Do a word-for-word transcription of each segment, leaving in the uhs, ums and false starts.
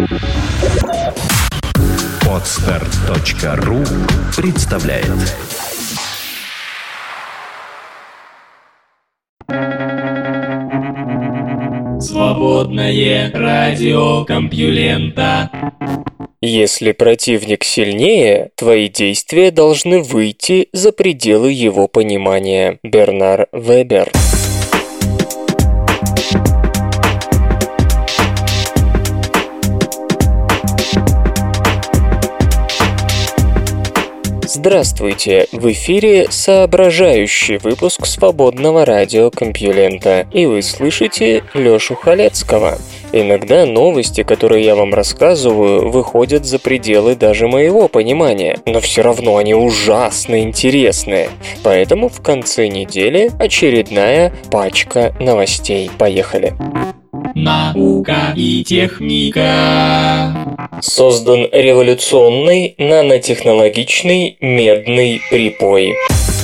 Подстарт точка ру представляет. Свободное радио Компьюлента. Если противник сильнее, твои действия должны выйти за пределы его понимания. Бернар Вебер. Здравствуйте! В эфире соображающий выпуск свободного радио Компьюлента, и вы слышите Лёшу Халецкого. Иногда новости, которые я вам рассказываю, выходят за пределы даже моего понимания, но все равно они ужасно интересные. Поэтому в конце недели очередная пачка новостей. Поехали! Наука и техника. Создан революционный нанотехнологичный медный припой.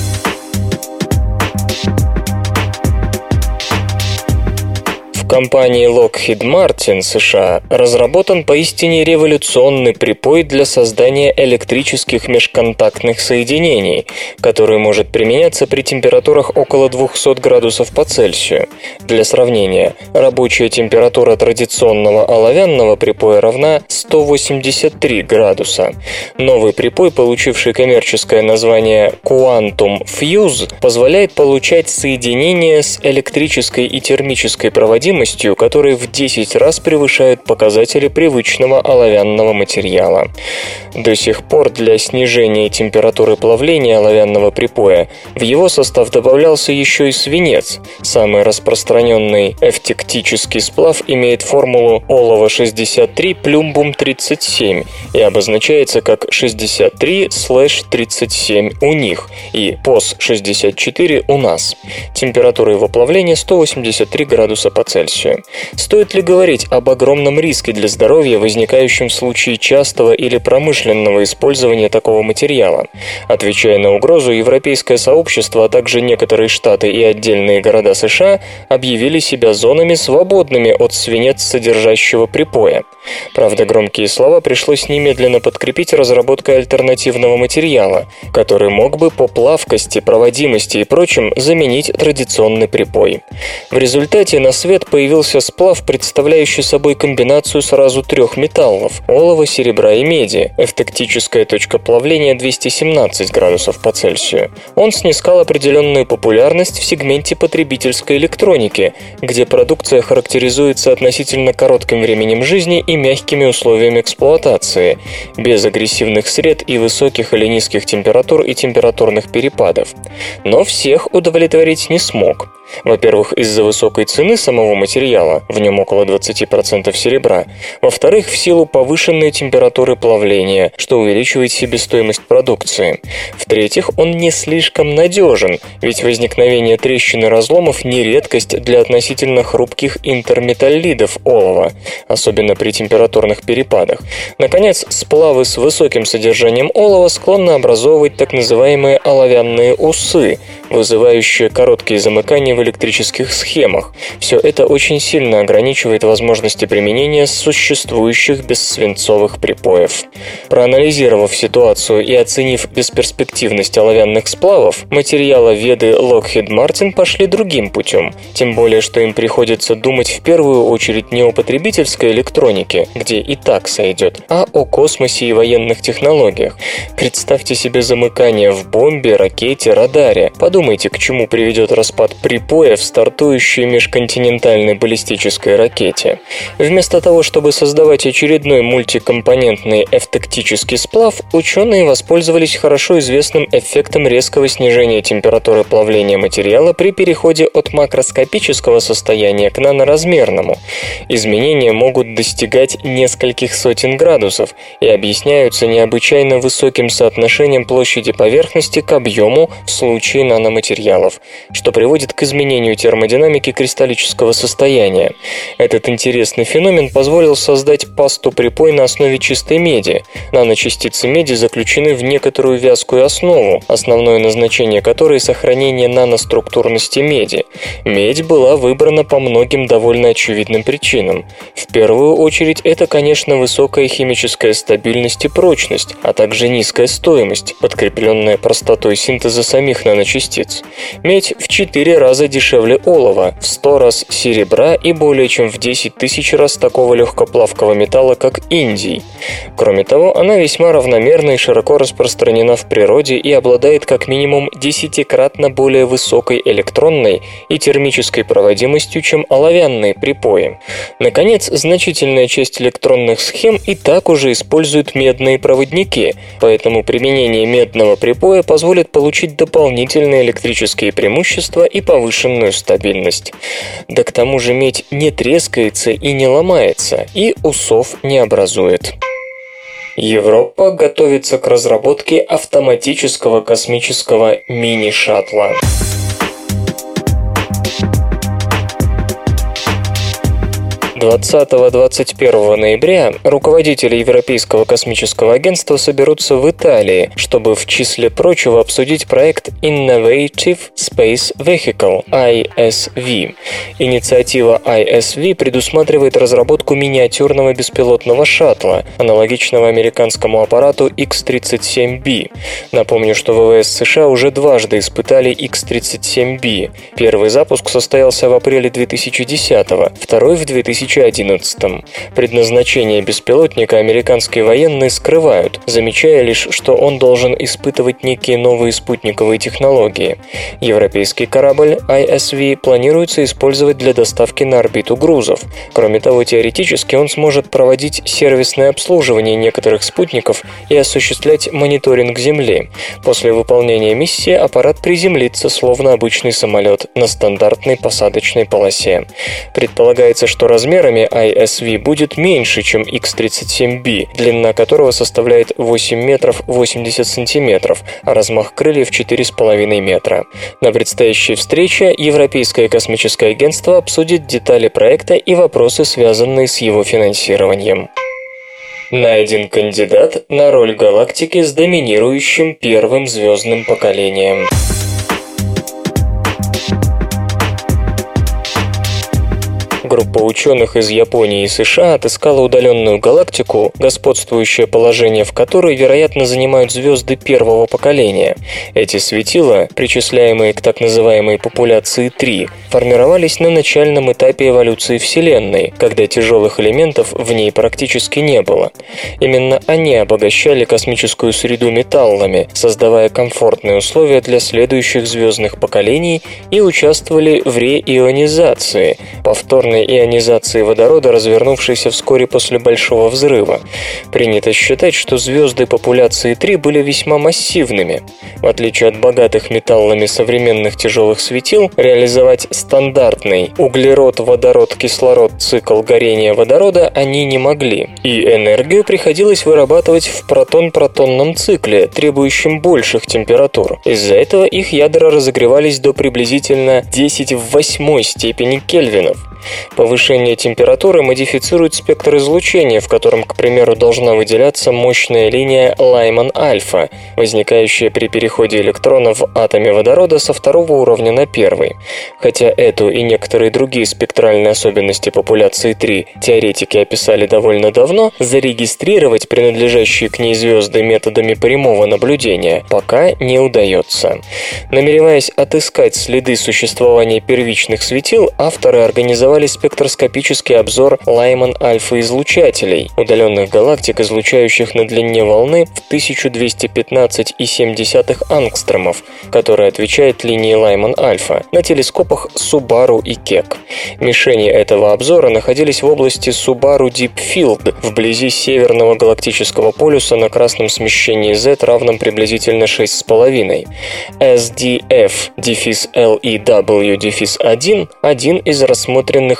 В компании Lockheed Martin США разработан поистине революционный припой для создания электрических межконтактных соединений, который может применяться при температурах около двухсот градусов по Цельсию. Для сравнения, рабочая температура традиционного оловянного припоя равна сто восемьдесят три градуса. Новый припой, получивший коммерческое название Quantum Fuse, позволяет получать соединения с электрической и термической проводимостью, которые в десять раз превышают показатели привычного оловянного материала. До сих пор для снижения температуры плавления оловянного припоя в его состав добавлялся еще и свинец. Самый распространенный эвтектический сплав имеет формулу олово шестьдесят три плюмбум тридцать семь и обозначается как шестьдесят три тридцать семь у них и пос шестьдесят четыре у нас. Температура его плавления сто восемьдесят три градуса по Цельсию. Стоит ли говорить об огромном риске для здоровья, возникающем в случае частого или промышленного использования такого материала? Отвечая на угрозу, европейское сообщество, а также некоторые штаты и отдельные города США объявили себя зонами, свободными от свинец содержащего припоя. Правда, громкие слова пришлось немедленно подкрепить разработкой альтернативного материала, который мог бы по плавкости, проводимости и прочим заменить традиционный припой. В результате на свет появился сплав, представляющий собой комбинацию сразу трех металлов – олова, серебра и меди, эвтектическая точка плавления двести семнадцать градусов по Цельсию. Он снискал определенную популярность в сегменте потребительской электроники, где продукция характеризуется относительно коротким временем жизни и мягкими условиями эксплуатации, без агрессивных сред и высоких или низких температур и температурных перепадов. Но всех удовлетворить не смог. Во-первых, из-за высокой цены самого материала, в нем около двадцать процентов серебра. Во-вторых, в силу повышенной температуры плавления, что увеличивает себестоимость продукции. В-третьих, он не слишком надежен, ведь возникновение трещин и разломов не редкость для относительно хрупких интерметаллидов олова, особенно при температурных перепадах. Наконец, сплавы с высоким содержанием олова склонны образовывать так называемые оловянные усы, вызывающие короткие замыкания в электрических схемах. Все это очень сильно ограничивает возможности применения существующих бессвинцовых припоев. Проанализировав ситуацию и оценив бесперспективность оловянных сплавов, материаловеды Lockheed Martin пошли другим путем. Тем более, что им приходится думать в первую очередь не о потребительской электронике, где и так сойдет, а о космосе и военных технологиях. Представьте себе замыкание в бомбе, ракете, радаре. Подумайте, к чему приведет распад припоя в стартующей межконтинентальной баллистической ракете. Вместо того, чтобы создавать очередной мультикомпонентный эвтектический сплав, ученые воспользовались хорошо известным эффектом резкого снижения температуры плавления материала при переходе от макроскопического состояния к наноразмерному. Изменения могут достигать нескольких сотен градусов и объясняются необычайно высоким соотношением площади поверхности к объему в случае нанопроводов. наноматериалов, что приводит к изменению термодинамики кристаллического состояния. Этот интересный феномен позволил создать пасту припой на основе чистой меди. Наночастицы меди заключены в некоторую вязкую основу, основное назначение которой – сохранение наноструктурности меди. Медь была выбрана по многим довольно очевидным причинам. В первую очередь, это, конечно, высокая химическая стабильность и прочность, а также низкая стоимость, подкрепленная простотой синтеза самих наночастиц. Медь в четыре раза дешевле олова, в сто раз серебра и более чем в десять тысяч раз такого легкоплавкого металла, как индий. Кроме того, она весьма равномерна и широко распространена в природе и обладает как минимум десятикратно более высокой электронной и термической проводимостью, чем оловянные припои. Наконец, значительная часть электронных схем и так уже используют медные проводники, поэтому применение медного припоя позволит получить дополнительные электрические преимущества и повышенную стабильность. Да к тому же медь не трескается и не ломается, и усов не образует. Европа готовится к разработке автоматического космического мини-шаттла. двадцатого-двадцать первого ноября руководители Европейского космического агентства соберутся в Италии, чтобы в числе прочего обсудить проект Innovative Space Vehicle (ай эс ви). Инициатива ай эс ви предусматривает разработку миниатюрного беспилотного шаттла, аналогичного американскому аппарату икс тридцать семь би. Напомню, что ВВС США уже дважды испытали икс тридцать семь би. Первый запуск состоялся в апреле две тысячи десятого, второй в две тысячи одиннадцатом. Предназначение беспилотника американские военные скрывают, замечая лишь, что он должен испытывать некие новые спутниковые технологии. Европейский корабль ай эс ви планируется использовать для доставки на орбиту грузов. Кроме того, теоретически он сможет проводить сервисное обслуживание некоторых спутников и осуществлять мониторинг Земли. После выполнения миссии аппарат приземлится, словно обычный самолет, на стандартной посадочной полосе. Предполагается, что размер ай эс ви будет меньше, чем икс тридцать семь би, длина которого составляет восемь метров восемьдесят сантиметров, а размах крыльев четыре с половиной метра. На предстоящей встрече Европейское космическое агентство обсудит детали проекта и вопросы, связанные с его финансированием. Найден кандидат на роль галактики с доминирующим первым звездным поколением. Группа ученых из Японии и США отыскала удаленную галактику, господствующее положение в которой, вероятно, занимают звезды первого поколения. Эти светила, причисляемые к так называемой популяции три, формировались на начальном этапе эволюции Вселенной, когда тяжелых элементов в ней практически не было. Именно они обогащали космическую среду металлами, создавая комфортные условия для следующих звездных поколений и участвовали в реионизации, повторной ионизации водорода, развернувшейся вскоре после Большого взрыва. Принято считать, что звезды популяции три были весьма массивными. В отличие от богатых металлами современных тяжелых светил, реализовать стандартный углерод-водород-кислород цикл горения водорода они не могли, и энергию приходилось вырабатывать в протон-протонном цикле, требующем больших температур. Из-за этого их ядра разогревались до приблизительно десять в восьмой степени кельвинов. Повышение температуры модифицирует спектр излучения, в котором, к примеру, должна выделяться мощная линия Лайман-альфа, возникающая при переходе электрона в атоме водорода со второго уровня на первый. Хотя эту и некоторые другие спектральные особенности популяции три теоретики описали довольно давно, зарегистрировать принадлежащие к ней звезды методами прямого наблюдения пока не удается. Намереваясь отыскать следы существования первичных светил, авторы организовали спектроскопический обзор Лайман-альфа-излучателей, удаленных галактик, излучающих на длине волны в тысяча двести пятнадцать целых семь десятых ангстромов, которая отвечает линии Лайман-альфа, на телескопах Субару и Кек. Мишени этого обзора находились в области Субару Дип Филд, вблизи северного галактического полюса на красном смещении Z, равном приблизительно шесть с половиной. эс ди эф-эл и дабл ю один – один из рассмотренных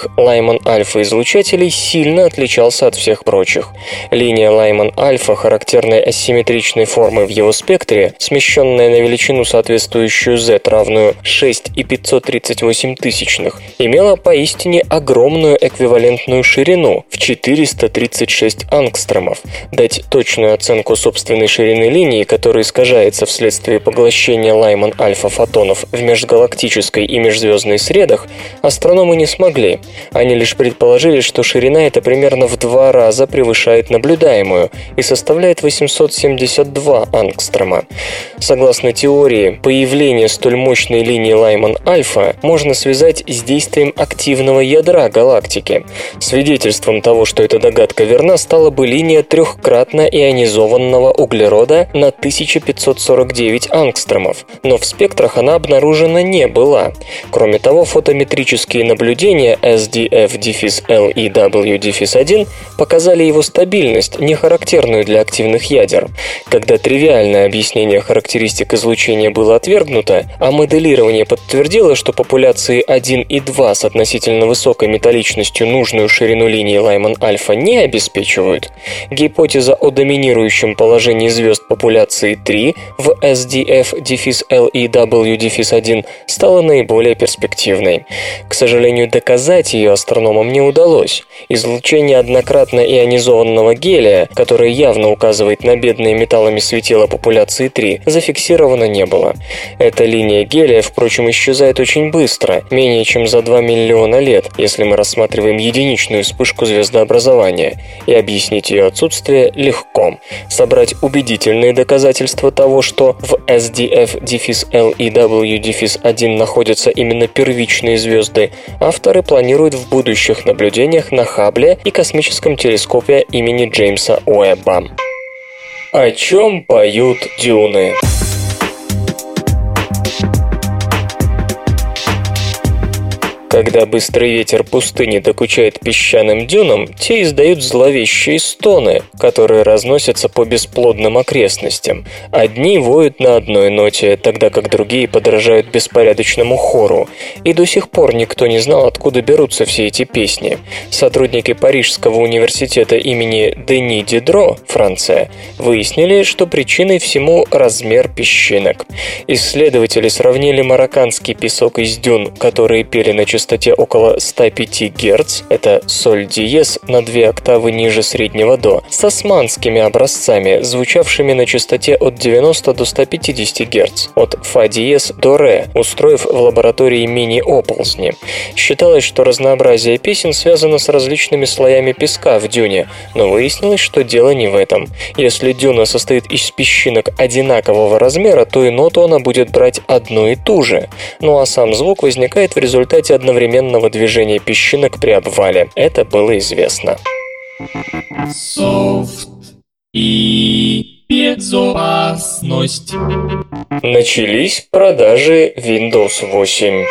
Lyman Alpha излучателей сильно отличался от всех прочих. Линия Lyman Alpha, характерной асимметричной формы в его спектре, смещенная на величину, соответствующую Z, равную шесть и пятьсот тридцать восемь тысячных, имела поистине огромную эквивалентную ширину в четыреста тридцать шесть ангстромов. Дать точную оценку собственной ширины линии, которая искажается вследствие поглощения Lyman Alpha фотонов в межгалактической и межзвездной средах, астрономы не смогли. Они лишь предположили, что ширина эта примерно в два раза превышает наблюдаемую и составляет восемьсот семьдесят два ангстрома. Согласно теории, появление столь мощной линии Lyman Alpha можно связать с действием активного ядра галактики. Свидетельством того, что эта догадка верна, стала бы линия трехкратно ионизованного углерода на тысяча пятьсот сорок девять ангстромов, но в спектрах она обнаружена не была. Кроме того, фотометрические наблюдения эс ди эф-эл и дабл ю один показали его стабильность, не характерную для активных ядер. Когда тривиальное объяснение характеристик излучения было отвергнуто, а моделирование подтвердило, что популяции один и два с относительно высокой металличностью нужную ширину линии Lyman Alpha не обеспечивают, гипотеза о доминирующем положении звезд популяции три в эс ди эф-эл и дабл ю один стала наиболее перспективной. К сожалению, доказать ее астрономам не удалось. Излучение однократно ионизованного гелия, которое явно указывает на бедные металлами светила популяции три, зафиксировано не было. Эта линия гелия, впрочем, исчезает очень быстро, менее чем за два миллиона лет, если мы рассматриваем единичную вспышку звездообразования, и объяснить ее отсутствие легко. Собрать убедительные доказательства того, что в эс ди эф-эл и дабл ю один находятся именно первичные звезды, авторы планируют в будущих наблюдениях на Хаббле и космическом телескопе имени Джеймса Уэбба. О чем поют дюны? Когда быстрый ветер пустыни докучает песчаным дюнам, те издают зловещие стоны, которые разносятся по бесплодным окрестностям. Одни воют на одной ноте, тогда как другие подражают беспорядочному хору. И до сих пор никто не знал, откуда берутся все эти песни. Сотрудники Парижского университета имени Дени Дидро, Франция, выяснили, что причиной всему размер песчинок. Исследователи сравнили марокканский песок из дюн, которые пели на частоте частоте около ста пяти герц, это соль диез на две октавы ниже среднего до, с османскими образцами, звучавшими на частоте от девяноста до ста пятидесяти герц, от фа диез до ре, устроив в лаборатории мини-оползни. Считалось, что разнообразие песен связано с различными слоями песка в дюне, но выяснилось, что дело не в этом. Если дюна состоит из песчинок одинакового размера, то и ноту она будет брать одну и ту же. Ну а сам звук возникает в результате одновременного движения песчинок при обвале. Это было известно. Софт и безопасность. Начались продажи Windows восемь.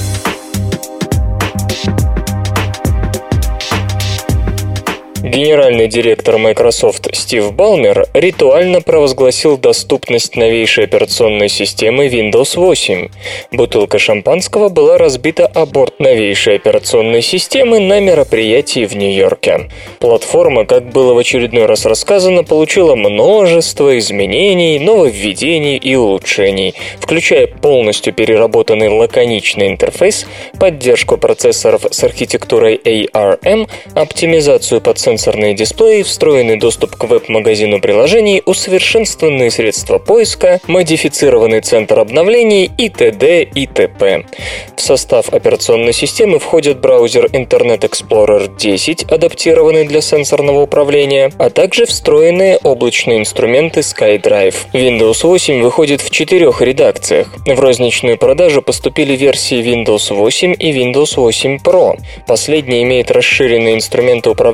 Генеральный директор Microsoft Стив Балмер ритуально провозгласил доступность новейшей операционной системы Windows восемь. Бутылка шампанского была разбита о борт новейшей операционной системы на мероприятии в Нью-Йорке. Платформа, как было в очередной раз рассказано, получила множество изменений, нововведений и улучшений, включая полностью переработанный лаконичный интерфейс, поддержку процессоров с архитектурой эй ар эм, оптимизацию под сенсорные дисплеи, встроенный доступ к веб-магазину приложений, усовершенствованные средства поиска, модифицированный центр обновлений и т.д. и т.п. В состав операционной системы входят браузер Internet Explorer десять, адаптированный для сенсорного управления, а также встроенные облачные инструменты SkyDrive. Windows восемь выходит в четырех редакциях. В розничную продажу поступили версии Windows восемь и Windows восемь Pro. Последняя имеет расширенные инструменты управления персональными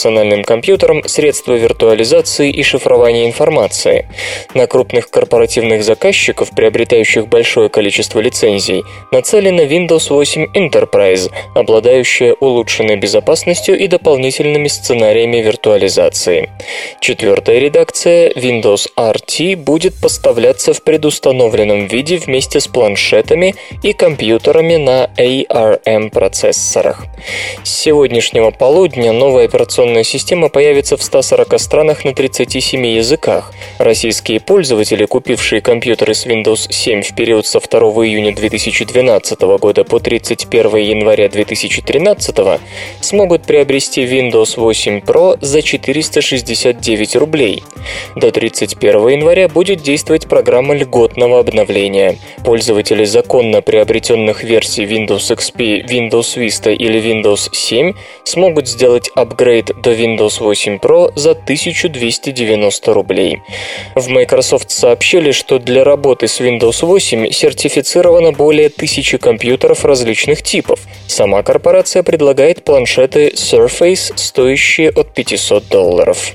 персональным компьютерам, средства виртуализации и шифрования информации. На крупных корпоративных заказчиков, приобретающих большое количество лицензий, нацелена Windows восемь Enterprise, обладающая улучшенной безопасностью и дополнительными сценариями виртуализации. Четвертая редакция Windows ар ти будет поставляться в предустановленном виде вместе с планшетами и компьютерами на эй ар эм-процессорах. С сегодняшнего полудня новая операционная система появится в ста сорока странах на тридцати семи языках. Российские пользователи, купившие компьютеры с Windows семь в период со второго июня две тысячи двенадцатого года по тридцать первого января две тысячи тринадцатого, смогут приобрести Windows восемь Pro за четыреста шестьдесят девять рублей. До тридцать первого января будет действовать программа льготного обновления. Пользователи законно приобретенных версий Windows икс пи, Windows Vista или Windows семь смогут сделать апгрейд до Windows восемь Pro за тысячу двести девяносто рублей. В Microsoft сообщили, что для работы с Windows восемь сертифицировано более тысячи компьютеров различных типов. Сама корпорация предлагает планшеты Surface, стоящие от пятисот долларов.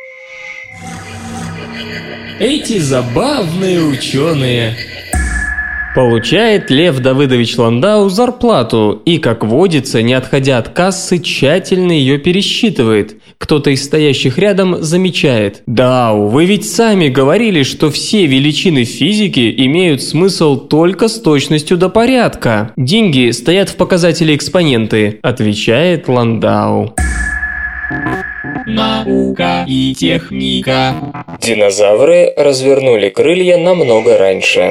Эти забавные ученые. Получает Лев Давыдович Ландау зарплату и, как водится, не отходя от кассы, тщательно ее пересчитывает. Кто-то из стоящих рядом замечает: «Дау, вы ведь сами говорили, что все величины физики имеют смысл только с точностью до порядка. Деньги стоят в показателе экспоненты», — отвечает Ландау. Наука и техника. Динозавры развернули крылья намного раньше.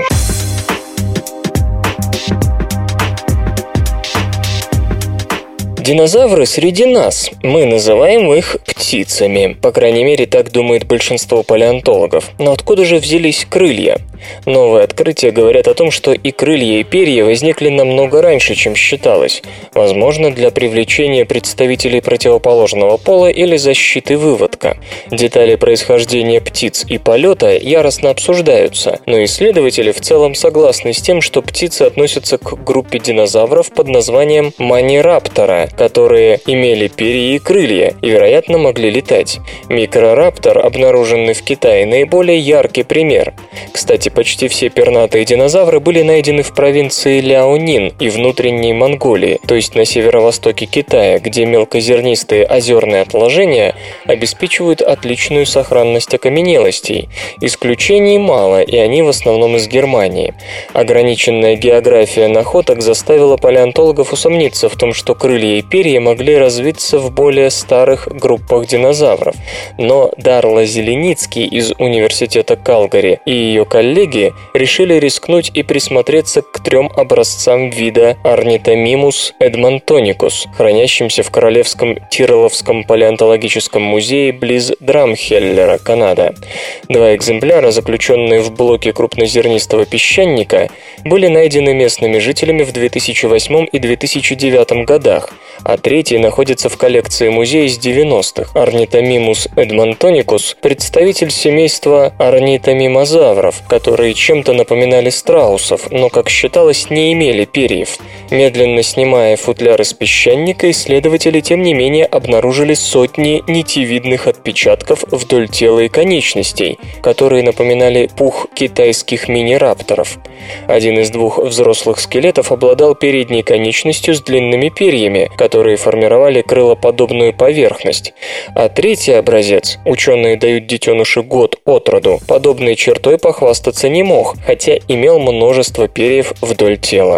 Динозавры среди нас. Мы называем их птицами. По крайней мере, так думает большинство палеонтологов. Но откуда же взялись крылья? Новые открытия говорят о том, что и крылья, и перья возникли намного раньше, чем считалось. Возможно, для привлечения представителей противоположного пола или защиты выводка. Детали происхождения птиц и полета яростно обсуждаются, но исследователи в целом согласны с тем, что птицы относятся к группе динозавров под названием манираптора, которые имели перья и крылья и, вероятно, могли летать. Микрораптор, обнаруженный в Китае, наиболее яркий пример. Кстати, почти все пернатые динозавры были найдены в провинции Ляонин и внутренней Монголии, то есть на северо-востоке Китая, где мелкозернистые озерные отложения обеспечивают отличную сохранность окаменелостей. Исключений мало, и они в основном из Германии. Ограниченная география находок заставила палеонтологов усомниться в том, что крылья и перья могли развиться в более старых группах динозавров. Но Дарла Зеленицкий из университета Калгари и ее коллеги решили рискнуть и присмотреться к трем образцам вида Ornithomimus edmontonicus, хранящимся в Королевском Тироловском палеонтологическом музее близ Драмхеллера, Канада. Два экземпляра, заключенные в блоке крупнозернистого песчаника, были найдены местными жителями в две тысячи восьмом и две тысячи девятом годах, а третий находится в коллекции музея с девяностых. Ornithomimus edmontonicus – представитель семейства орнитомимозавров, которые чем-то напоминали страусов, но, как считалось, не имели перьев. Медленно снимая футляр из песчаника, исследователи, тем не менее, обнаружили сотни нитевидных отпечатков вдоль тела и конечностей, которые напоминали пух китайских мини-рапторов. Один из двух взрослых скелетов обладал передней конечностью с длинными перьями, которые формировали крылоподобную поверхность. А третий образец, ученые дают детеныши год от роду, подобной чертой похвастаться не мог, хотя имел множество перьев вдоль тела.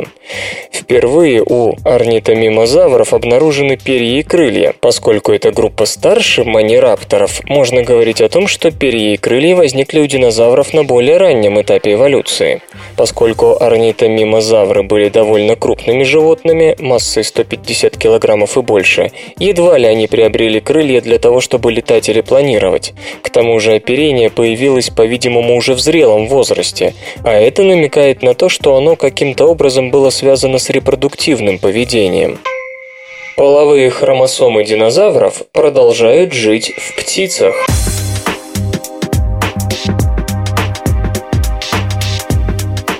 Впервые у орнитомимозавров обнаружены перья и крылья. Поскольку эта группа старше манирапторов, можно говорить о том, что перья и крылья возникли у динозавров на более раннем этапе эволюции. Поскольку орнитомимозавры были довольно крупными животными, массой сто пятьдесят килограммов и больше, едва ли они приобрели крылья для того, чтобы летать или планировать. К тому же оперение появилось, по-видимому, уже в зрелом возрасте, а это намекает на то, что оно каким-то образом было связано с репродуктивным поведением. Половые хромосомы динозавров продолжают жить в птицах.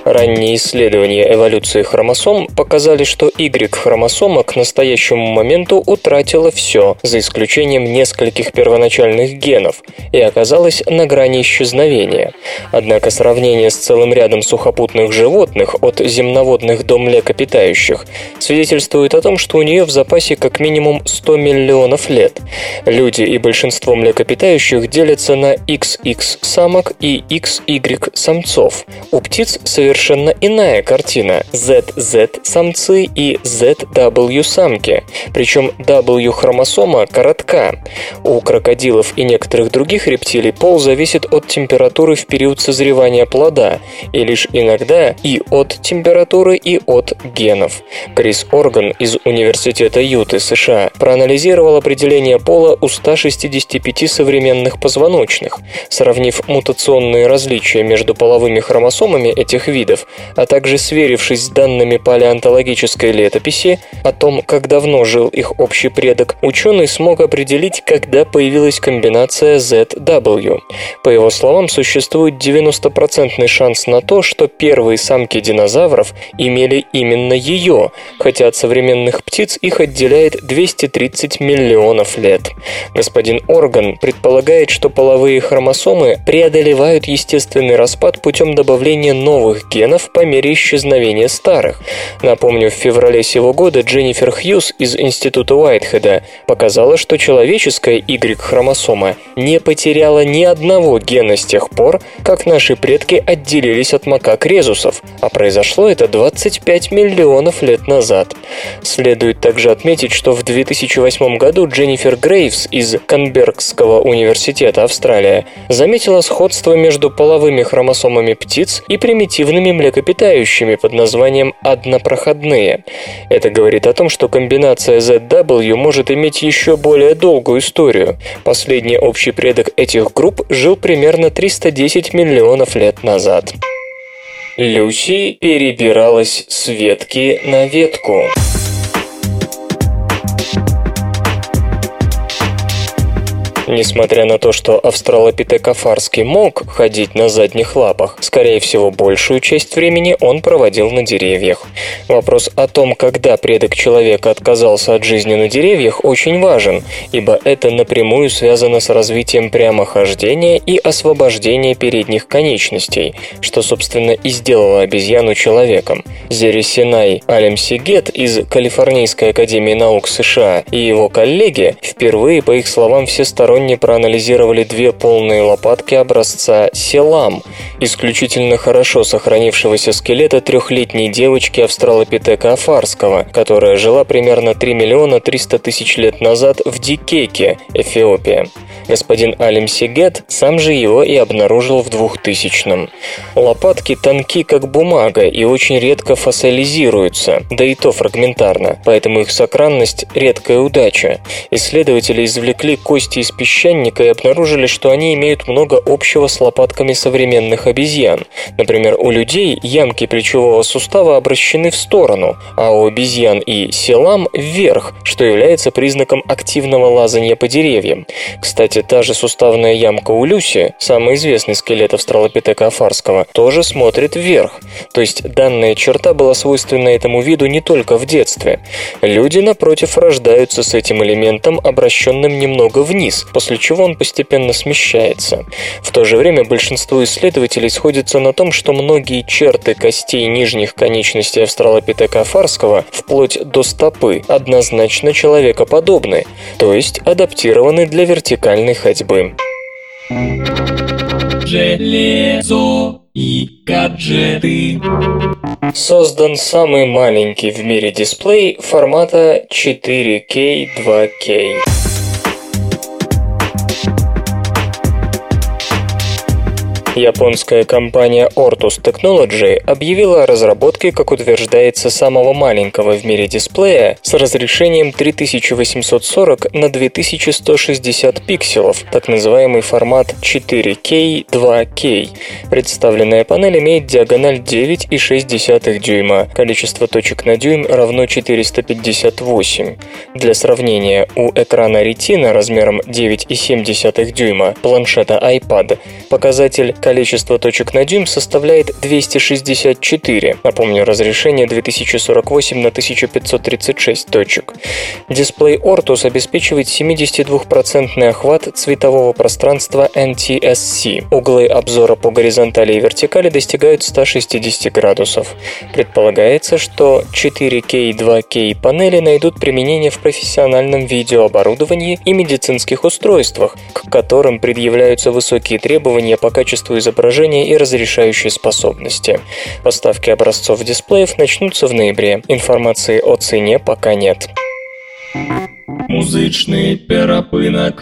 Ранние исследования эволюции хромосом показали, что Y-хромосома к настоящему моменту утратила все, за исключением нескольких первоначальных генов, и оказалась на грани исчезновения. Однако сравнение с целым рядом сухопутных животных, от земноводных до млекопитающих, свидетельствует о том, что у нее в запасе как минимум сто миллионов лет. Люди и большинство млекопитающих делятся на икс икс самок и икс игрек самцов. У птиц совершенно иная картина – зет зет самцы и зет дабл ю самки, причем W-хромосома коротка. У крокодилов и некоторых других рептилий пол зависит от температуры в период созревания плода, и лишь иногда и от температуры, и от генов. Крис Орган из Университета Юты, США, проанализировал определение пола у ста шестидесяти пяти современных позвоночных. Сравнив мутационные различия между половыми хромосомами этих видов, а также сверившись с данными палеонтологической летописи о том, как давно жил их общий предок, ученый смог определить, когда появилась комбинация зет дабл ю. По его словам, существует девяносто процентов шанс на то, что первые самки динозавров имели именно ее, хотя от современных птиц их отделяет двести тридцать миллионов лет. Господин Орган предполагает, что половые хромосомы преодолевают естественный распад путем добавления новых генов по мере исчезновения старых. Напомню, в феврале сего года Дженнифер Хьюз из Института Уайтхеда показала, что человеческая Y-хромосома не потеряла ни одного гена с тех пор, как наши предки отделились от макак-резусов, а произошло это двадцать пять миллионов лет назад. Следует также отметить, что в две тысячи восьмом году Дженнифер Грейвс из Канберрского университета, Австралия, заметила сходство между половыми хромосомами птиц и примитивными млекопитающими под названием однопроходные. Это говорит о том, что комбинация зет дабл ю может иметь еще более долгую историю. Последний общий предок этих групп жил примерно триста десять миллионов лет назад. Люси перебиралась с ветки на ветку. Несмотря на то, что австралопитек афарский мог ходить на задних лапах, скорее всего, большую часть времени он проводил на деревьях. Вопрос о том, когда предок человека отказался от жизни на деревьях, очень важен, ибо это напрямую связано с развитием прямохождения и освобождения передних конечностей, что, собственно, и сделало обезьяну человеком. Зери Синай Алем-Сигет из Калифорнийской академии наук США и его коллеги впервые, по их словам, всесторонне проанализировали две полные лопатки образца Селам, исключительно хорошо сохранившегося скелета трехлетней девочки австралопитека афарского, которая жила примерно три миллиона триста тысяч лет назад в Дикеке, Эфиопия. Господин Алем-Сигет сам же его и обнаружил в двухтысячном. Лопатки тонки, как бумага, и очень редко фосилизируются, да и то фрагментарно, поэтому их сохранность – редкая удача. Исследователи извлекли кости из песчаника и обнаружили, что они имеют много общего с лопатками современных обезьян. Например, у людей ямки плечевого сустава обращены в сторону, а у обезьян и селам – вверх, что является признаком активного лазания по деревьям. Кстати, та же суставная ямка у Люси, самый известный скелет австралопитека афарского, тоже смотрит вверх. То есть данная черта была свойственна этому виду не только в детстве. Люди, напротив, рождаются с этим элементом, обращенным немного вниз, после чего он постепенно смещается. В то же время большинство исследователей сходятся на том, что многие черты костей нижних конечностей австралопитека афарского, вплоть до стопы, однозначно человекоподобны, то есть адаптированы для вертикальной ходьбы. Железо и гаджеты. Создан самый маленький в мире дисплей формата четыре кей два кей. Японская компания Ortus Technology объявила о разработке, как утверждается, самого маленького в мире дисплея с разрешением три тысячи восемьсот сорок на две тысячи сто шестьдесят пикселов, так называемый формат четыре кей два кей. Представленная панель имеет диагональ девять и шесть десятых дюйма, количество точек на дюйм равно четыреста пятьдесят восемь. Для сравнения, у экрана Retina размером девять и семь десятых дюйма планшета iPad показатель Количество точек на дюйм составляет двести шестьдесят четыре. Напомню, разрешение две тысячи сорок восемь на тысяча пятьсот тридцать шесть точек. Дисплей Ortus обеспечивает семидесятидвухпроцентный охват цветового пространства эн ти эс си. Углы обзора по горизонтали и вертикали достигают ста шестидесяти градусов. Предполагается, что четыре кей и два кей панели найдут применение в профессиональном видеооборудовании и медицинских устройствах, к которым предъявляются высокие требования по качеству изображения и разрешающей способности. Поставки образцов дисплеев начнутся в ноябре. Информации о цене пока нет. Музычный перапынок.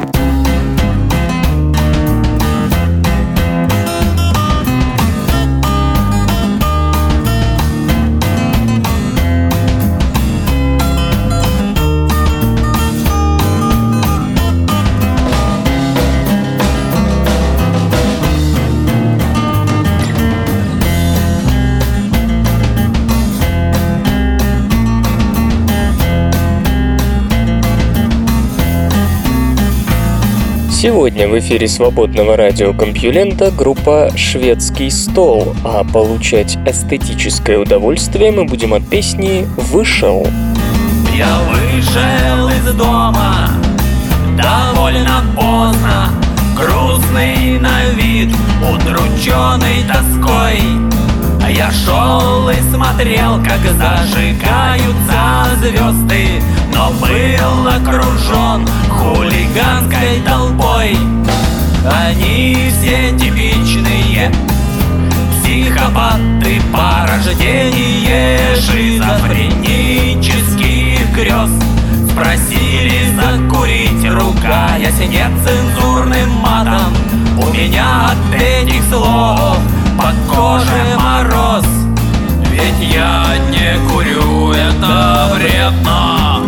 Сегодня в эфире свободного радиокомпьюлента группа «Шведский стол», а получать эстетическое удовольствие мы будем от песни «Вышел». Я вышел из дома довольно поздно, грустный на вид, удрученный тоской. Я шел и смотрел, как зажигаются звезды, но был окружен хулиганской толпой. Они все типичные психопаты по рождению шизофренических грез. Спросили закурить, ругаясь нецензурным матом. У меня от этих слов по коже мороз. Ведь я не курю, это вредно.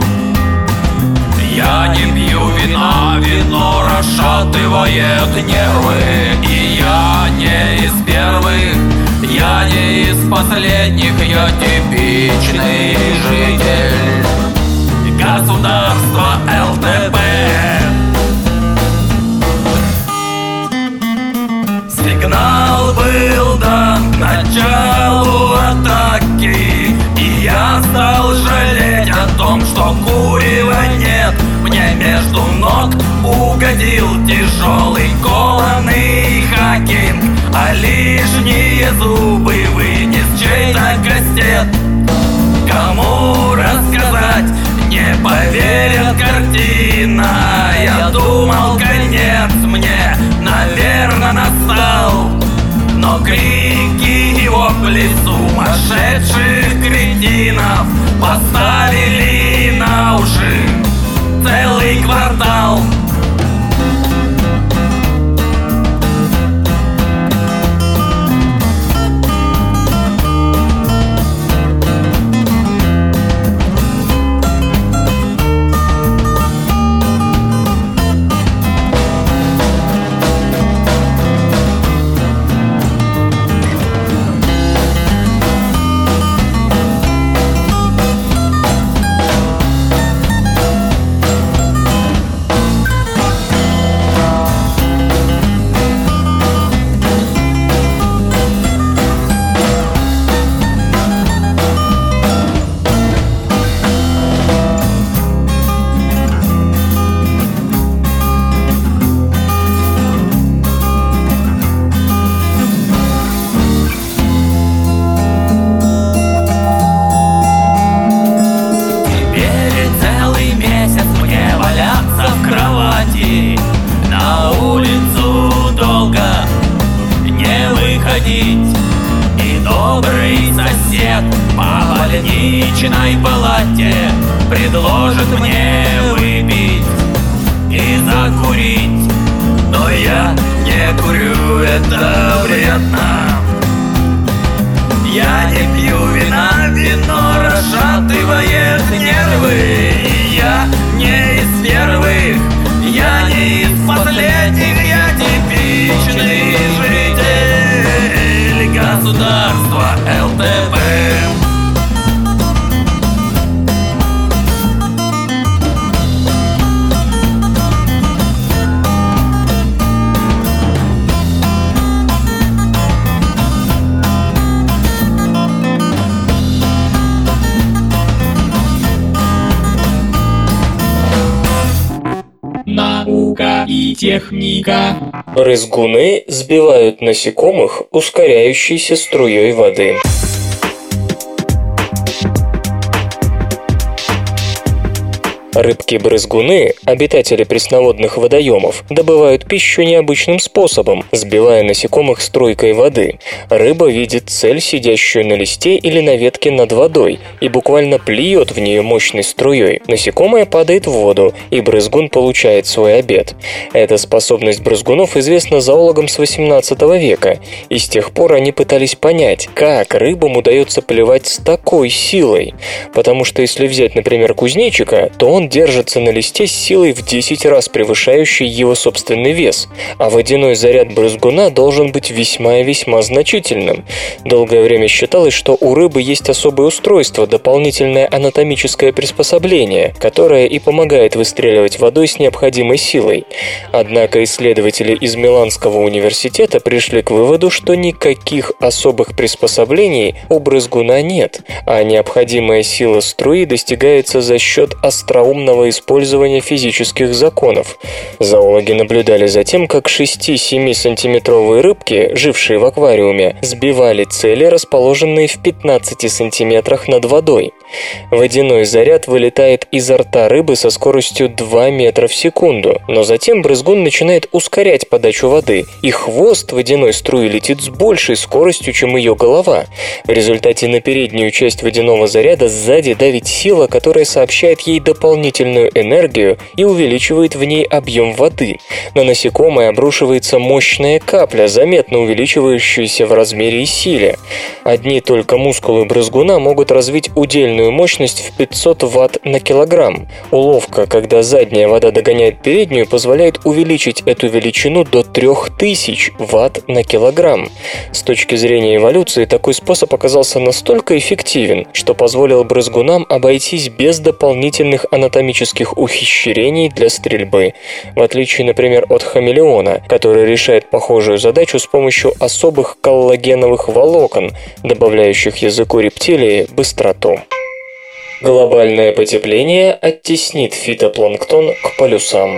Я не пью вина, вино расшатывает нервы. И я не из первых, я не из последних, я типичный житель государства эл дэ пэ. Сигнал был дан к началу атаки, и я стал жалеть о том, что курева нет. Мне между ног угодил тяжелый кованый хакинг, а лишние зубы вынес чей-то кастет. Кому рассказать, не поверят, картина. Я думал, конец мне, наверное, настал. Но крики и вопли сумасшедших кретинов поставили на уши целый квартал. И добрый сосед по больничной палате предложит мне выпить и закурить. Но я не курю, это вредно. Я не пью вина, вино расшатывает нервы. Я не из первых, я не из последних, я типичный житель государства эл дэ пэ. и техника. Брызгуны сбивают насекомых ускоряющейся струей воды. Рыбки-брызгуны, обитатели пресноводных водоемов, добывают пищу необычным способом, сбивая насекомых струйкой воды. Рыба видит цель, сидящую на листе или на ветке над водой, и буквально плюет в нее мощной струей. Насекомое падает в воду, и брызгун получает свой обед. Эта способность брызгунов известна зоологам с восемнадцатого века, и с тех пор они пытались понять, как рыбам удается плевать с такой силой. Потому что если взять, например, кузнечика, то он держится на листе с силой в десять раз превышающей его собственный вес, а водяной заряд брызгуна должен быть весьма и весьма значительным. Долгое время считалось, что у рыбы есть особое устройство, дополнительное анатомическое приспособление, которое и помогает выстреливать водой с необходимой силой. Однако исследователи из Миланского университета пришли к выводу, что никаких особых приспособлений у брызгуна нет, а необходимая сила струи достигается за счет остроумного использования физических законов. Зоологи наблюдали за тем, как шесть-семь-сантиметровые рыбки, жившие в аквариуме, сбивали цели, расположенные в пятнадцати сантиметрах над водой. Водяной заряд вылетает изо рта рыбы со скоростью два метра в секунду, но затем брызгун начинает ускорять подачу воды, и хвост водяной струи летит с большей скоростью, чем ее голова. В результате на переднюю часть водяного заряда сзади давит сила, которая сообщает ей дополнительную энергию и увеличивает в ней объем воды. На насекомое обрушивается мощная капля, заметно увеличивающаяся в размере и силе. Одни только мускулы брызгуна могут развить удельную мощность в пятьсот ватт на килограмм. Уловка, когда задняя вода догоняет переднюю, позволяет увеличить эту величину до трёх тысяч ватт на килограмм. С точки зрения эволюции, такой способ оказался настолько эффективен, что позволил брызгунам обойтись без дополнительных анатомических ухищрений для стрельбы, в отличие, например, от хамелеона, который решает похожую задачу с помощью особых коллагеновых волокон, добавляющих языку рептилии быстроту. Глобальное потепление оттеснит фитопланктон к полюсам.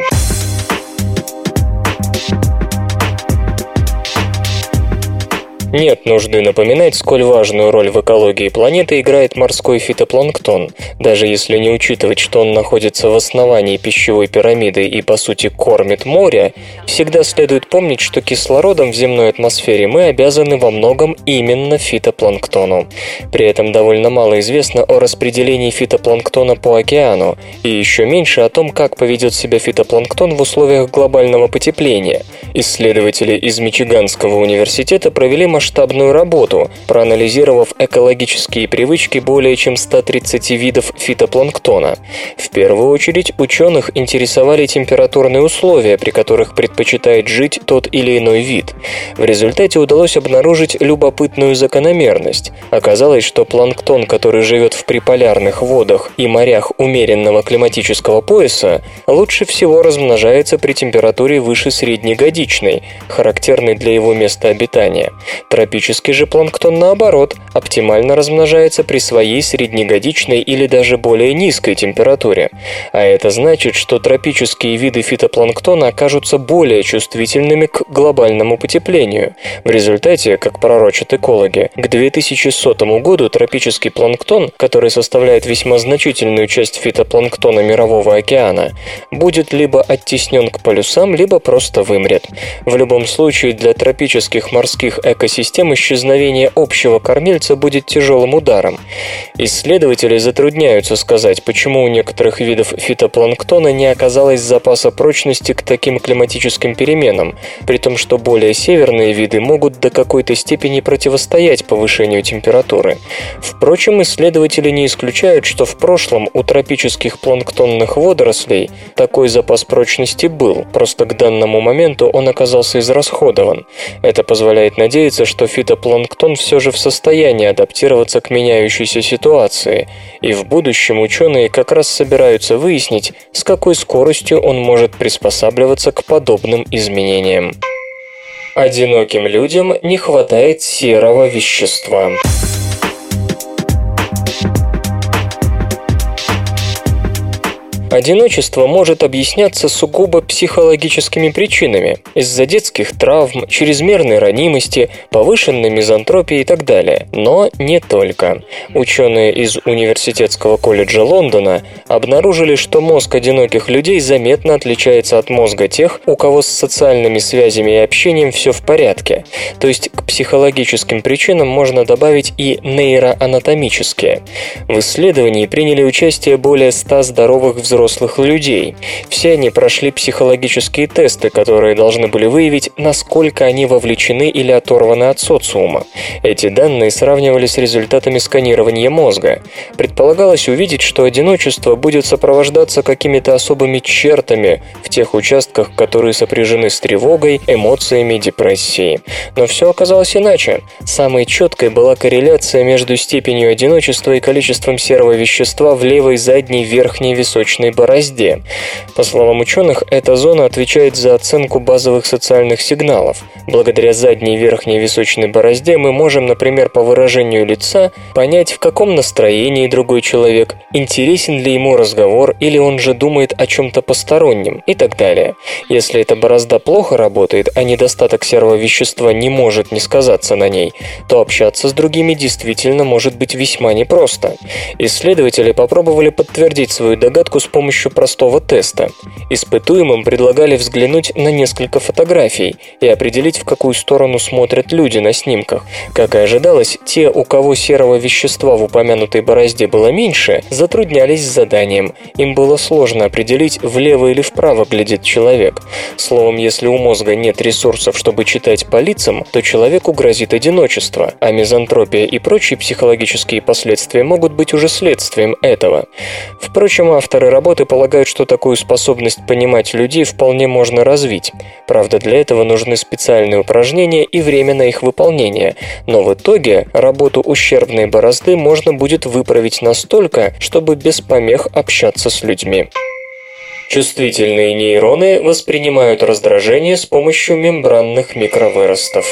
Нет нужды напоминать, сколь важную роль в экологии планеты играет морской фитопланктон. Даже если не учитывать, что он находится в основании пищевой пирамиды и, по сути, кормит море, всегда следует помнить, что кислородом в земной атмосфере мы обязаны во многом именно фитопланктону. При этом довольно мало известно о распределении фитопланктона по океану, и еще меньше о том, как поведет себя фитопланктон в условиях глобального потепления. Исследователи из Мичиганского университета провели масштабную работу, проанализировав экологические привычки более чем ста тридцати видов фитопланктона. В первую очередь ученых интересовали температурные условия, при которых предпочитает жить тот или иной вид. В результате удалось обнаружить любопытную закономерность. Оказалось, что планктон, который живет в приполярных водах и морях умеренного климатического пояса, лучше всего размножается при температуре выше среднегодичной, характерной для его места обитания. Тропический же планктон, наоборот, оптимально размножается при своей среднегодичной или даже более низкой температуре. А это значит, что тропические виды фитопланктона окажутся более чувствительными к глобальному потеплению. В результате, как пророчат экологи, к две тысячи сотому году тропический планктон, который составляет весьма значительную часть фитопланктона Мирового океана, будет либо оттеснен к полюсам, либо просто вымрет. В любом случае, для тропических морских экосистем исчезновение общего кормильца будет тяжелым ударом. Исследователи затрудняются сказать, почему у некоторых видов фитопланктона не оказалось запаса прочности к таким климатическим переменам, при том, что более северные виды могут до какой-то степени противостоять повышению температуры. Впрочем, исследователи не исключают, что в прошлом у тропических планктонных водорослей такой запас прочности был, просто к данному моменту он оказался израсходован. Это позволяет надеяться, что фитопланктон все же в состоянии адаптироваться к меняющейся ситуации, и в будущем ученые как раз собираются выяснить, с какой скоростью он может приспосабливаться к подобным изменениям. Одиноким людям не хватает серого вещества. Одиночество может объясняться сугубо психологическими причинами из-за детских травм, чрезмерной ранимости, повышенной мизантропии и так далее. Но не только. Ученые из Университетского колледжа Лондона обнаружили, что мозг одиноких людей заметно отличается от мозга тех, у кого с социальными связями и общением все в порядке. То есть к психологическим причинам можно добавить и нейроанатомические. В исследовании приняли участие более ста здоровых взрослых взрослых людей. Все они прошли психологические тесты, которые должны были выявить, насколько они вовлечены или оторваны от социума. Эти данные сравнивали с результатами сканирования мозга. Предполагалось увидеть, что одиночество будет сопровождаться какими-то особыми чертами в тех участках, которые сопряжены с тревогой, эмоциями, депрессией. Но все оказалось иначе. Самой четкой была корреляция между степенью одиночества и количеством серого вещества в левой задней верхней височной борозде. По словам ученых, эта зона отвечает за оценку базовых социальных сигналов. Благодаря задней верхней височной борозде мы можем, например, по выражению лица, понять, в каком настроении другой человек, интересен ли ему разговор или он же думает о чем-то постороннем и так далее. Если эта борозда плохо работает, а недостаток серого вещества не может не сказаться на ней, то общаться с другими действительно может быть весьма непросто. Исследователи попробовали подтвердить свою догадку с помощью простого теста. Испытуемым предлагали взглянуть на несколько фотографий и определить, в какую сторону смотрят люди на снимках. Как и ожидалось, те, у кого серого вещества в упомянутой борозде было меньше, затруднялись с заданием. Им было сложно определить, влево или вправо глядит человек. Словом, если у мозга нет ресурсов, чтобы читать по лицам, то человеку грозит одиночество, а мизантропия и прочие психологические последствия могут быть уже следствием этого. Впрочем, авторы работы полагают, что такую способность понимать людей вполне можно развить. Правда, для этого нужны специальные упражнения и время на их выполнение, но в итоге работу ущербной борозды можно будет выправить настолько, чтобы без помех общаться с людьми. Чувствительные нейроны воспринимают раздражение с помощью мембранных микровыростов.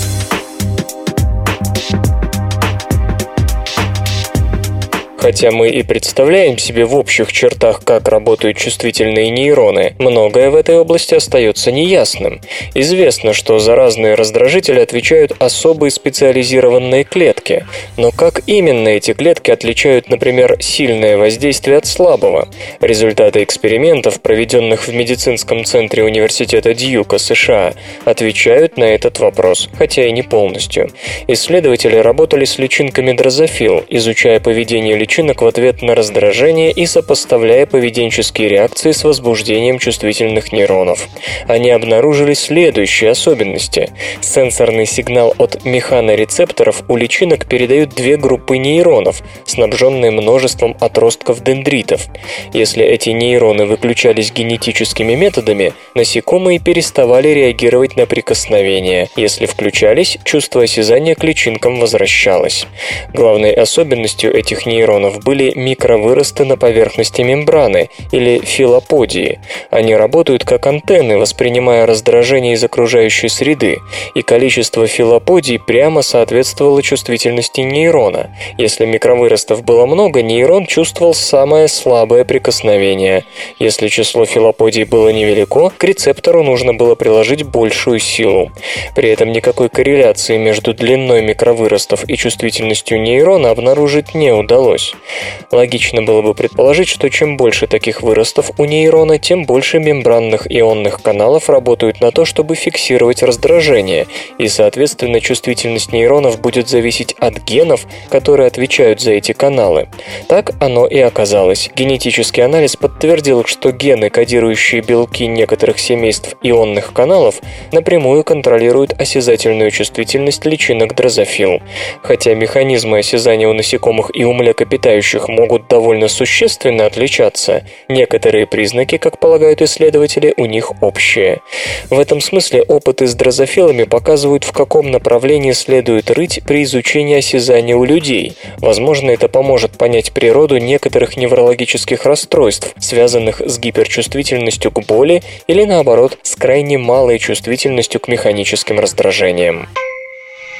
Хотя мы и представляем себе в общих чертах, как работают чувствительные нейроны, многое в этой области остается неясным. Известно, что за разные раздражители отвечают особые специализированные клетки. Но как именно эти клетки отличают, например, сильное воздействие от слабого? Результаты экспериментов, проведенных в медицинском центре университета Дьюка, США, отвечают на этот вопрос, хотя и не полностью. Исследователи работали с личинками дрозофил, изучая поведение личинок в ответ на раздражение и сопоставляя поведенческие реакции с возбуждением чувствительных нейронов. Они обнаружили следующие особенности. Сенсорный сигнал от механорецепторов у личинок передают две группы нейронов, снабженные множеством отростков дендритов. Если эти нейроны выключались генетическими методами, насекомые переставали реагировать на прикосновение. Если включались, чувство осязания к личинкам возвращалось. Главной особенностью этих нейронов были микровыросты на поверхности мембраны или филоподии. Они работают как антенны, воспринимая раздражение из окружающей среды, и количество филоподий прямо соответствовало чувствительности нейрона. Если микровыростов было много, нейрон чувствовал самое слабое прикосновение. Если число филоподий было невелико, к рецептору нужно было приложить большую силу. При этом никакой корреляции между длиной микровыростов и чувствительностью нейрона обнаружить не удалось. Логично было бы предположить, что чем больше таких выростов у нейрона, тем больше мембранных ионных каналов работают на то, чтобы фиксировать раздражение, и, соответственно, чувствительность нейронов будет зависеть от генов, которые отвечают за эти каналы. Так оно и оказалось. Генетический анализ подтвердил, что гены, кодирующие белки некоторых семейств ионных каналов, напрямую контролируют осязательную чувствительность личинок дрозофил. Хотя механизмы осязания у насекомых и у млекопитающих могут довольно существенно отличаться, некоторые признаки, как полагают исследователи, у них общие. В этом смысле опыты с дрозофилами показывают, в каком направлении следует рыть при изучении осязания у людей. Возможно, это поможет понять природу некоторых неврологических расстройств, связанных с гиперчувствительностью к боли или, наоборот, с крайне малой чувствительностью к механическим раздражениям.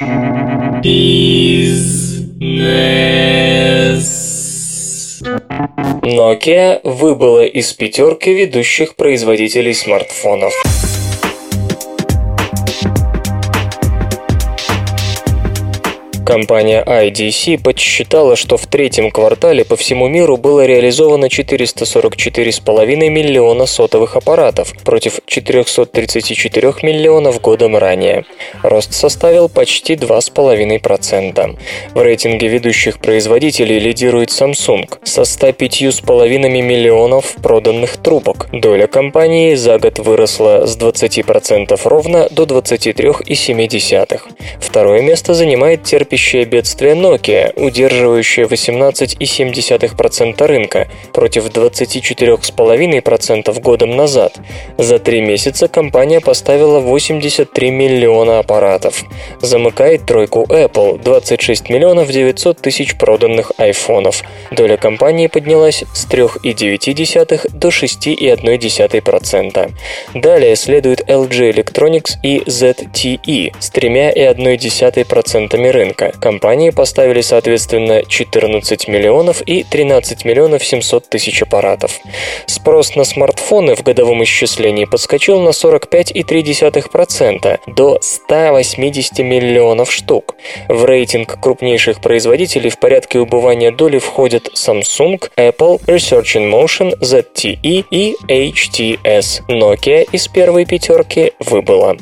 Business. Nokia выбыла из пятерки ведущих производителей смартфонов. Компания ай ди си подсчитала, что в третьем квартале по всему миру было реализовано четыреста сорок четыре и пять десятых миллиона сотовых аппаратов против четыреста тридцать четыре миллионов годом ранее. Рост составил почти два целых пять десятых процента. В рейтинге ведущих производителей лидирует Samsung со ста пятью с половиной миллионов проданных трубок. Доля компании за год выросла с двадцати процентов ровно до двадцати трёх целых семи десятых. Второе место занимает терпящее бедствие Nokia, удерживающее восемнадцать целых семь десятых процента рынка против двадцати четырёх целых пяти десятых процента годом назад. За три месяца компания поставила восемьдесят три миллиона аппаратов. Замыкает тройку Apple – двадцать шесть миллионов девятьсот тысяч проданных айфонов. Доля компании поднялась с трёх целых девяти десятых до шести целых одной десятой процента. Далее следует эл джи Electronics и зет ти и с тремя целых одной десятой процента рынка. Компании поставили соответственно четырнадцать миллионов и тринадцать миллионов семьсот тысяч аппаратов. Спрос на смартфоны в годовом исчислении подскочил на сорок пять целых три десятых процента до ста восьмидесяти миллионов штук. В рейтинг крупнейших производителей в порядке убывания доли входят Samsung, Apple, Research in Motion, зет ти и и эйч ти эс. Nokia из первой пятерки выбыла.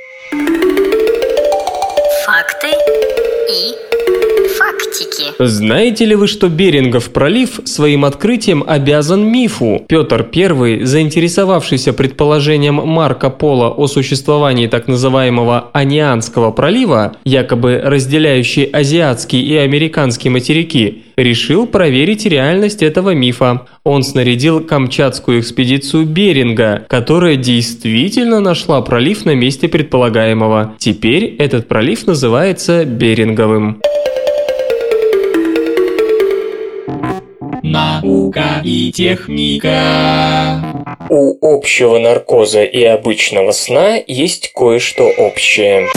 Факты и фактики. Знаете ли вы, что Берингов пролив своим открытием обязан мифу? Петр Первый, заинтересовавшийся предположением Марко Поло о существовании так называемого Анианского пролива, якобы разделяющий азиатский и американский материки, решил проверить реальность этого мифа. Он снарядил камчатскую экспедицию Беринга, которая действительно нашла пролив на месте предполагаемого. Теперь этот пролив называется Беринговым. Наука и техника. У общего наркоза и обычного сна есть кое-что общее.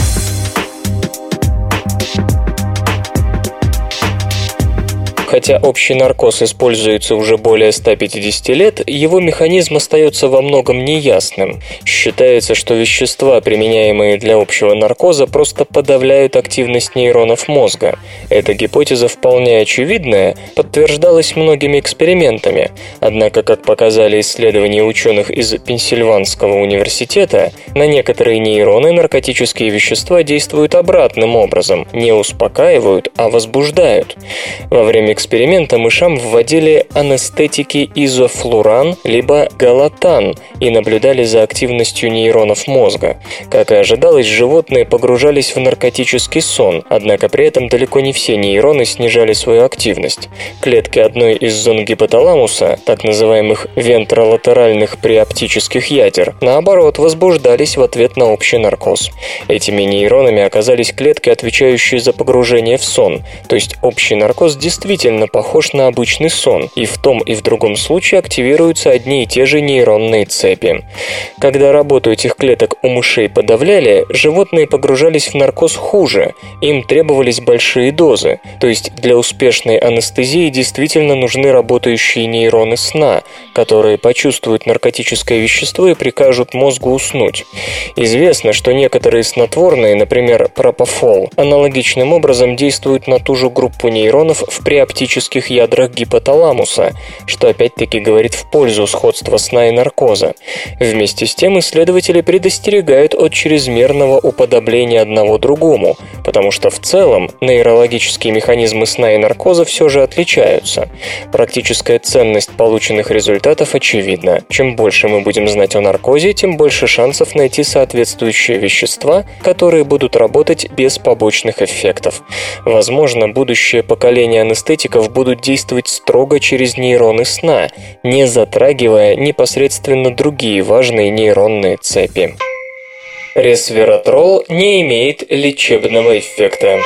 Хотя общий наркоз используется уже более ста пятидесяти лет, его механизм остается во многом неясным. Считается, что вещества, применяемые для общего наркоза, просто подавляют активность нейронов мозга. Эта гипотеза вполне очевидная, подтверждалась многими экспериментами. Однако, как показали исследования ученых из Пенсильванского университета, на некоторые нейроны наркотические вещества действуют обратным образом, не успокаивают, а возбуждают. Во время эксперимента мышам вводили анестетики изофлуран либо галатан и наблюдали за активностью нейронов мозга. Как и ожидалось, животные погружались в наркотический сон, однако при этом далеко не все нейроны снижали свою активность. Клетки одной из зон гипоталамуса, так называемых вентролатеральных приоптических ядер, наоборот, возбуждались в ответ на общий наркоз. Этими нейронами оказались клетки, отвечающие за погружение в сон, то есть общий наркоз действительно похож на обычный сон, и в том и в другом случае активируются одни и те же нейронные цепи. Когда работу этих клеток у мышей подавляли, животные погружались в наркоз хуже, им требовались большие дозы, то есть для успешной анестезии действительно нужны работающие нейроны сна, которые почувствуют наркотическое вещество и прикажут мозгу уснуть. Известно, что некоторые снотворные, например, пропофол, аналогичным образом действуют на ту же группу нейронов в приоптических ядрах гипоталамуса, что опять-таки говорит в пользу сходства сна и наркоза. Вместе с тем исследователи предостерегают от чрезмерного уподобления одного другому, потому что в целом нейрологические механизмы сна и наркоза все же отличаются. Практическая ценность полученных результатов очевидна. Чем больше мы будем знать о наркозе, тем больше шансов найти соответствующие вещества, которые будут работать без побочных эффектов. Возможно, будущее поколение анестетиков будут действовать строго через нейроны сна, не затрагивая непосредственно другие важные нейронные цепи. Ресвератрол не имеет лечебного эффекта.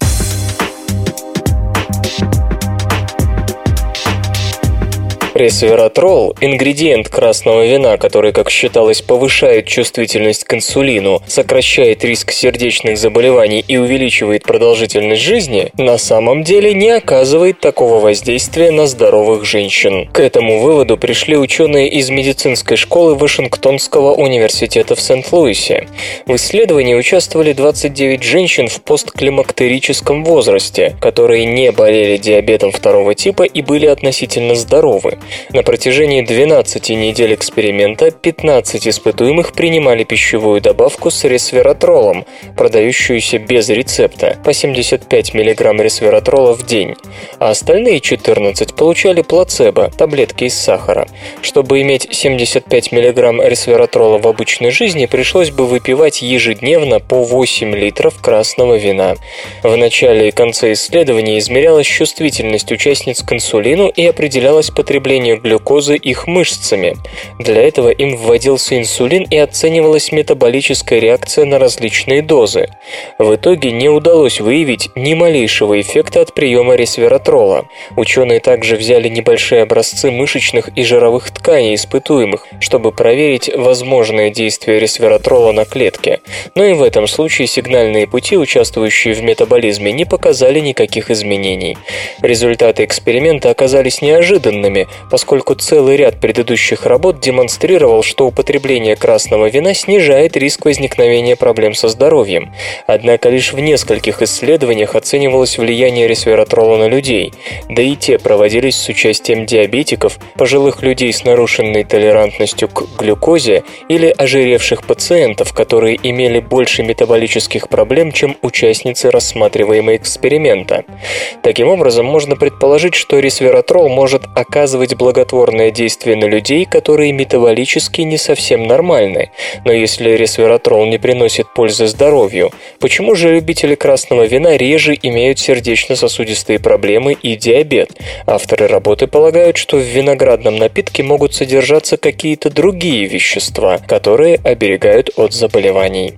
Ресвератрол, ингредиент красного вина, который, как считалось, повышает чувствительность к инсулину, сокращает риск сердечных заболеваний и увеличивает продолжительность жизни, на самом деле не оказывает такого воздействия на здоровых женщин. К этому выводу пришли ученые из медицинской школы Вашингтонского университета в Сент-Луисе. В исследовании участвовали двадцать девять женщин в постклимактерическом возрасте, которые не болели диабетом второго типа и были относительно здоровы. На протяжении двенадцати недель эксперимента пятнадцать испытуемых принимали пищевую добавку с ресвератролом, продающуюся без рецепта, по семьдесят пять миллиграмм ресвератрола в день, а остальные четырнадцать получали плацебо, таблетки из сахара. Чтобы иметь семьдесят пять миллиграмм ресвератрола в обычной жизни, пришлось бы выпивать ежедневно по восемь литров красного вина. В начале и конце исследования измерялась чувствительность участниц к инсулину и определялось потребление глюкозы их мышцами. Для этого им вводился инсулин и оценивалась метаболическая реакция на различные дозы. В итоге не удалось выявить ни малейшего эффекта от приема ресвератрола. Ученые также взяли небольшие образцы мышечных и жировых тканей испытуемых, чтобы проверить возможное действие ресвератрола на клетке. Но и в этом случае сигнальные пути, участвующие в метаболизме, не показали никаких изменений. Результаты эксперимента оказались неожиданными, поскольку целый ряд предыдущих работ демонстрировал, что употребление красного вина снижает риск возникновения проблем со здоровьем. Однако лишь в нескольких исследованиях оценивалось влияние ресвератрола на людей, да и те проводились с участием диабетиков, пожилых людей с нарушенной толерантностью к глюкозе или ожиревших пациентов, которые имели больше метаболических проблем, чем участницы рассматриваемого эксперимента. Таким образом, можно предположить, что ресвератрол может оказывать благотворное действие на людей, которые метаболически не совсем нормальны. Но если ресвератрол не приносит пользы здоровью, почему же любители красного вина реже имеют сердечно-сосудистые проблемы и диабет? Авторы работы полагают, что в виноградном напитке могут содержаться какие-то другие вещества, которые оберегают от заболеваний.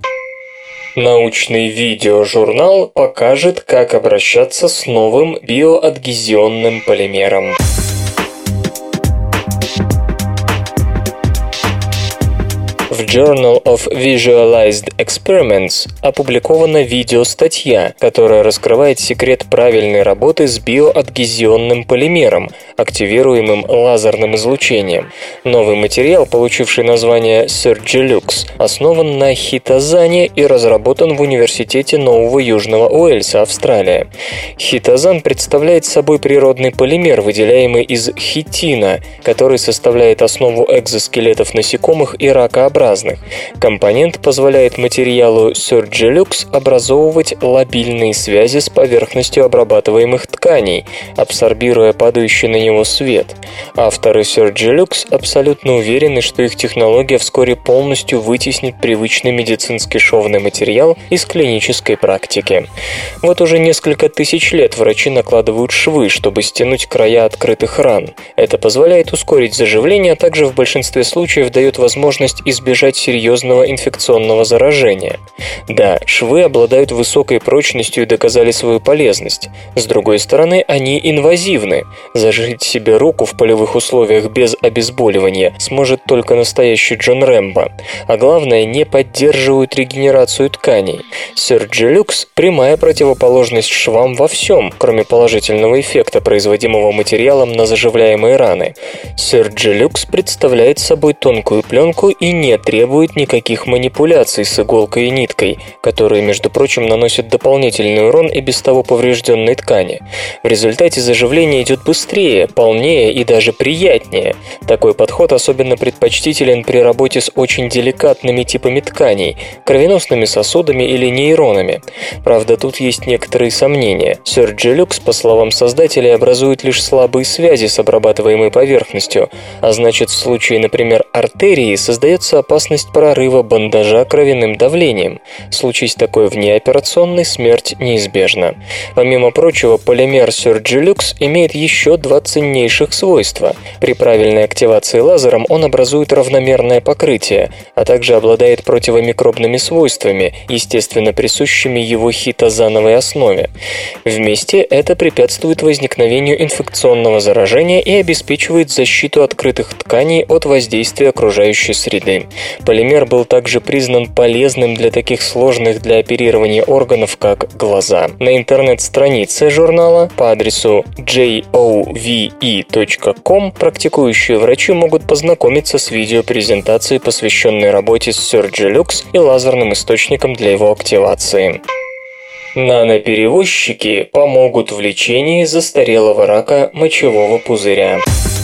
Научный видеожурнал покажет, как обращаться с новым биоадгезионным полимером. В Journal of Visualized Experiments опубликована видеостатья, которая раскрывает секрет правильной работы с биоадгезионным полимером, активируемым лазерным излучением. Новый материал, получивший название Surgilux, основан на хитозане и разработан в Университете Нового Южного Уэльса, Австралия. Хитозан представляет собой природный полимер, выделяемый из хитина, который составляет основу экзоскелетов насекомых и ракообразных. Компонент позволяет материалу Surgilux образовывать лобильные связи с поверхностью обрабатываемых тканей, абсорбируя падающий на него свет. Авторы Surgilux абсолютно уверены, что их технология вскоре полностью вытеснит привычный медицинский шовный материал из клинической практики. Вот уже несколько тысяч лет врачи накладывают швы, чтобы стянуть края открытых ран. Это позволяет ускорить заживление, а также в большинстве случаев дает возможность избежать серьезного инфекционного заражения. Да, швы обладают высокой прочностью и доказали свою полезность. С другой стороны, они инвазивны. Зажить себе руку в полевых условиях без обезболивания сможет только настоящий Джон Рэмбо. А главное, не поддерживают регенерацию тканей. Surgilux – прямая противоположность швам во всем, кроме положительного эффекта, производимого материалом на заживляемые раны. Surgilux представляет собой тонкую пленку и не требует никаких манипуляций с иголкой и ниткой, которые, между прочим, наносят дополнительный урон и без того поврежденной ткани. В результате заживление идет быстрее, полнее и даже приятнее. Такой подход особенно предпочтителен при работе с очень деликатными типами тканей, кровеносными сосудами или нейронами. Правда, тут есть некоторые сомнения. Surgilux, по словам создателей, образует лишь слабые связи с обрабатываемой поверхностью, а значит, в случае, например, артерии, создается опасность опасность прорыва бандажа кровяным давлением. Случись такое внеоперационной, смерть неизбежна. Помимо прочего, полимер Surgilux имеет еще два ценнейших свойства. При правильной активации лазером он образует равномерное покрытие, а также обладает противомикробными свойствами, естественно присущими его хитозановой основе. Вместе это препятствует возникновению инфекционного заражения и обеспечивает защиту открытых тканей от воздействия окружающей среды. Полимер был также признан полезным для таких сложных для оперирования органов, как глаза. На интернет-странице журнала по адресу джей о ви и точка ком практикующие врачи могут познакомиться с видеопрезентацией, посвященной работе с Surgilux и лазерным источником для его активации. Наноперевозчики помогут в лечении застарелого рака мочевого пузыря.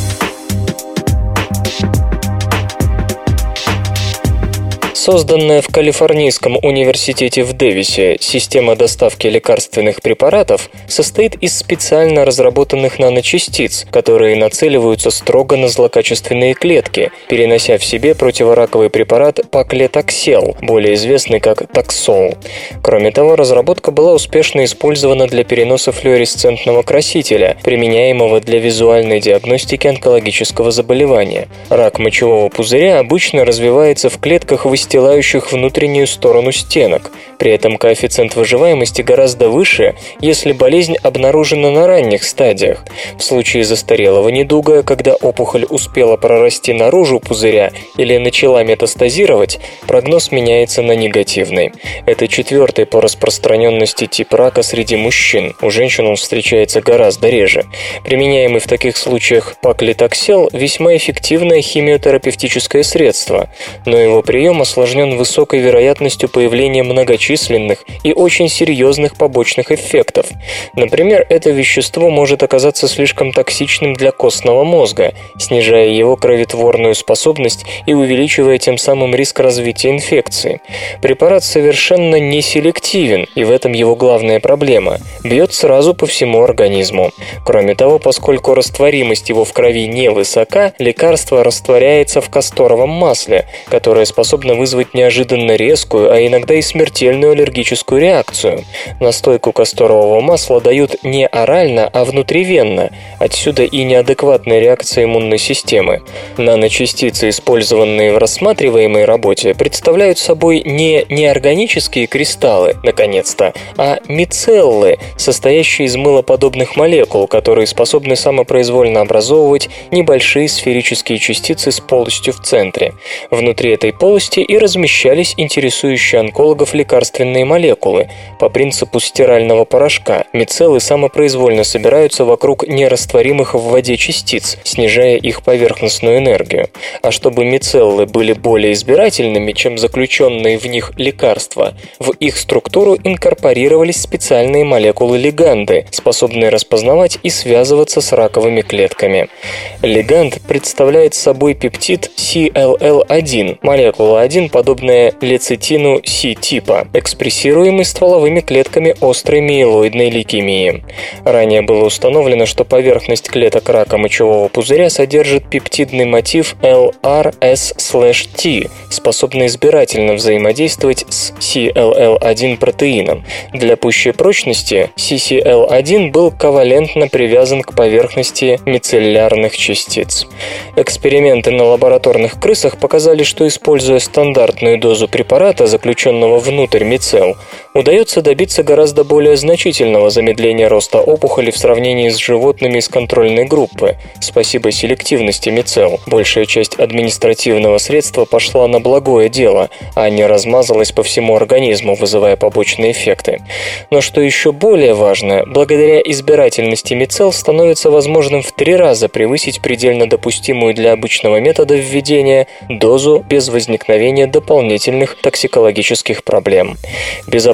Созданная в Калифорнийском университете в Дэвисе система доставки лекарственных препаратов состоит из специально разработанных наночастиц, которые нацеливаются строго на злокачественные клетки, перенося в себе противораковый препарат паклетаксел, более известный как таксол. Кроме того, разработка была успешно использована для переноса флуоресцентного красителя, применяемого для визуальной диагностики онкологического заболевания. Рак мочевого пузыря обычно развивается в клетках выстилающих внутреннюю сторону стенок. При этом коэффициент выживаемости гораздо выше, если болезнь обнаружена на ранних стадиях. В случае застарелого недуга, когда опухоль успела прорасти наружу пузыря или начала метастазировать, прогноз меняется на негативный. Это четвертый по распространенности тип рака среди мужчин. У женщин он встречается гораздо реже. Применяемый в таких случаях паклетаксел весьма эффективное химиотерапевтическое средство, но его прием осложняется осложнен высокой вероятностью появления многочисленных и очень серьезных побочных эффектов. Например, это вещество может оказаться слишком токсичным для костного мозга, снижая его кроветворную способность и увеличивая тем самым риск развития инфекции. Препарат совершенно не селективен, и в этом его главная проблема – бьет сразу по всему организму. Кроме того, поскольку растворимость его в крови невысока, лекарство растворяется в касторовом масле, которое способно вызвать неожиданно резкую, а иногда и смертельную аллергическую реакцию. Настойку касторового масла дают не орально, а внутривенно, отсюда и неадекватная реакция иммунной системы. Наночастицы, использованные в рассматриваемой работе, представляют собой не неорганические кристаллы, наконец-то, а мицеллы, состоящие из мылоподобных молекул, которые способны самопроизвольно образовывать небольшие сферические частицы с полостью в центре. Внутри этой полости и размещались интересующие онкологов лекарственные молекулы. По принципу стирального порошка мицеллы самопроизвольно собираются вокруг нерастворимых в воде частиц, снижая их поверхностную энергию. А чтобы мицеллы были более избирательными, чем заключенные в них лекарства, в их структуру инкорпорировались специальные молекулы-лиганды, способные распознавать и связываться с раковыми клетками. Лиганд представляет собой пептид си эл эл один, молекула один, подобная лецитину Си-типа, экспрессируемый стволовыми клетками острой миелоидной лейкемии. Ранее было установлено, что поверхность клеток рака мочевого пузыря содержит пептидный мотив эл ар эс ти, способный избирательно взаимодействовать с си эл эл один протеином. Для пущей прочности си си эл один был ковалентно привязан к поверхности мицеллярных частиц. Эксперименты на лабораторных крысах показали, что, используя стандартную дозу препарата, заключенного внутрь мицелл, удается добиться гораздо более значительного замедления роста опухоли в сравнении с животными из контрольной группы. Спасибо селективности мицелл. Большая часть административного средства пошла на благое дело, а не размазалась по всему организму, вызывая побочные эффекты. Но что еще более важно, благодаря избирательности мицелл становится возможным в три раза превысить предельно допустимую для обычного метода введения дозу без возникновения дополнительных токсикологических проблем. Безопасность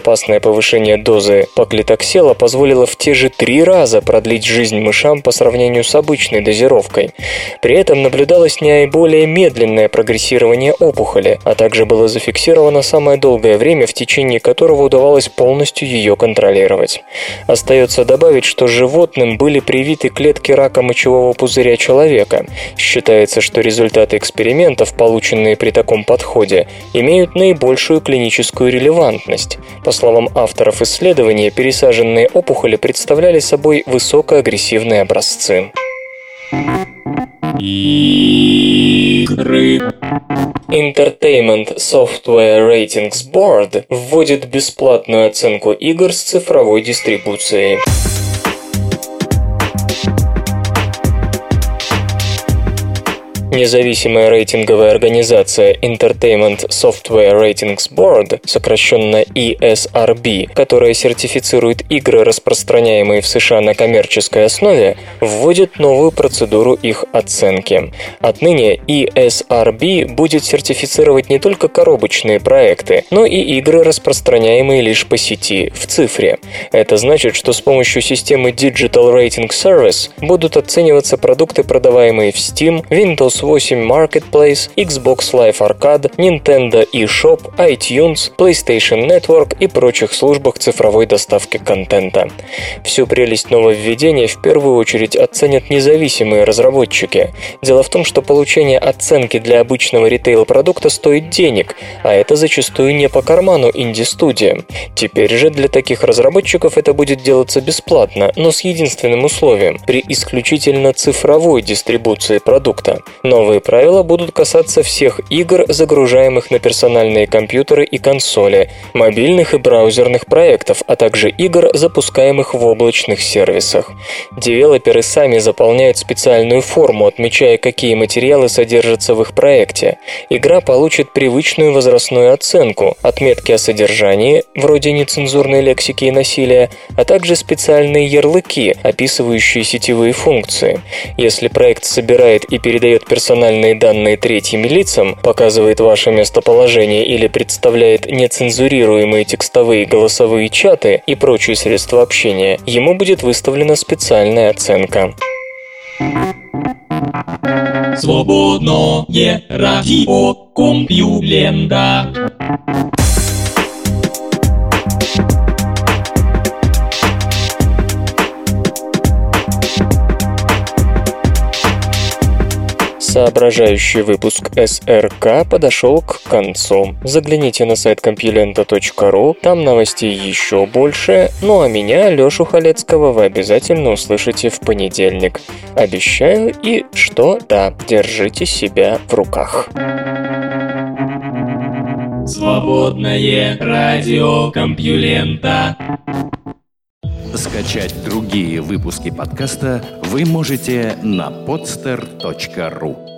Опасное повышение дозы паклитоксела позволило в те же три раза продлить жизнь мышам по сравнению с обычной дозировкой. При этом наблюдалось наиболее медленное прогрессирование опухоли, а также было зафиксировано самое долгое время, в течение которого удавалось полностью ее контролировать. Остается добавить, что животным были привиты клетки рака мочевого пузыря человека. Считается, что результаты экспериментов, полученные при таком подходе, имеют наибольшую клиническую релевантность. По словам авторов исследования, пересаженные опухоли представляли собой высокоагрессивные образцы. Игры. Entertainment Software Ratings Board вводит бесплатную оценку игр с цифровой дистрибуцией. Независимая рейтинговая организация Entertainment Software Ratings Board, сокращенно и эс ар би, которая сертифицирует игры, распространяемые в США на коммерческой основе, вводит новую процедуру их оценки. Отныне и эс ар би будет сертифицировать не только коробочные проекты, но и игры, распространяемые лишь по сети, в цифре. Это значит, что с помощью системы Digital Rating Service будут оцениваться продукты, продаваемые в Steam, Windows восемь Marketplace, Xbox Live Arcade, Nintendo eShop, iTunes, PlayStation Network и прочих службах цифровой доставки контента. Всю прелесть нововведения в первую очередь оценят независимые разработчики. Дело в том, что получение оценки для обычного ритейл-продукта стоит денег, а это зачастую не по карману инди-студиям. Теперь же для таких разработчиков это будет делаться бесплатно, но с единственным условием – при исключительно цифровой дистрибуции продукта. Новые правила будут касаться всех игр, загружаемых на персональные компьютеры и консоли, мобильных и браузерных проектов, а также игр, запускаемых в облачных сервисах. Девелоперы сами заполняют специальную форму, отмечая, какие материалы содержатся в их проекте. Игра получит привычную возрастную оценку, отметки о содержании, вроде нецензурной лексики и насилия, а также специальные ярлыки, описывающие сетевые функции. Если проект собирает и передает персональные персональные данные третьим лицам, показывает ваше местоположение или представляет нецензурируемые текстовые голосовые чаты и прочие средства общения, ему будет выставлена специальная оценка. Свободное радио Компьюлента. Соображающий выпуск эс эр ка подошел к концу. Загляните на сайт компьюлента точка ру, там новостей еще больше, ну а меня, Лешу Халецкого, вы обязательно услышите в понедельник. Обещаю, и что, да, держите себя в руках. Свободное радио Компьюлента. Скачать другие выпуски подкаста вы можете на подстер точка ру.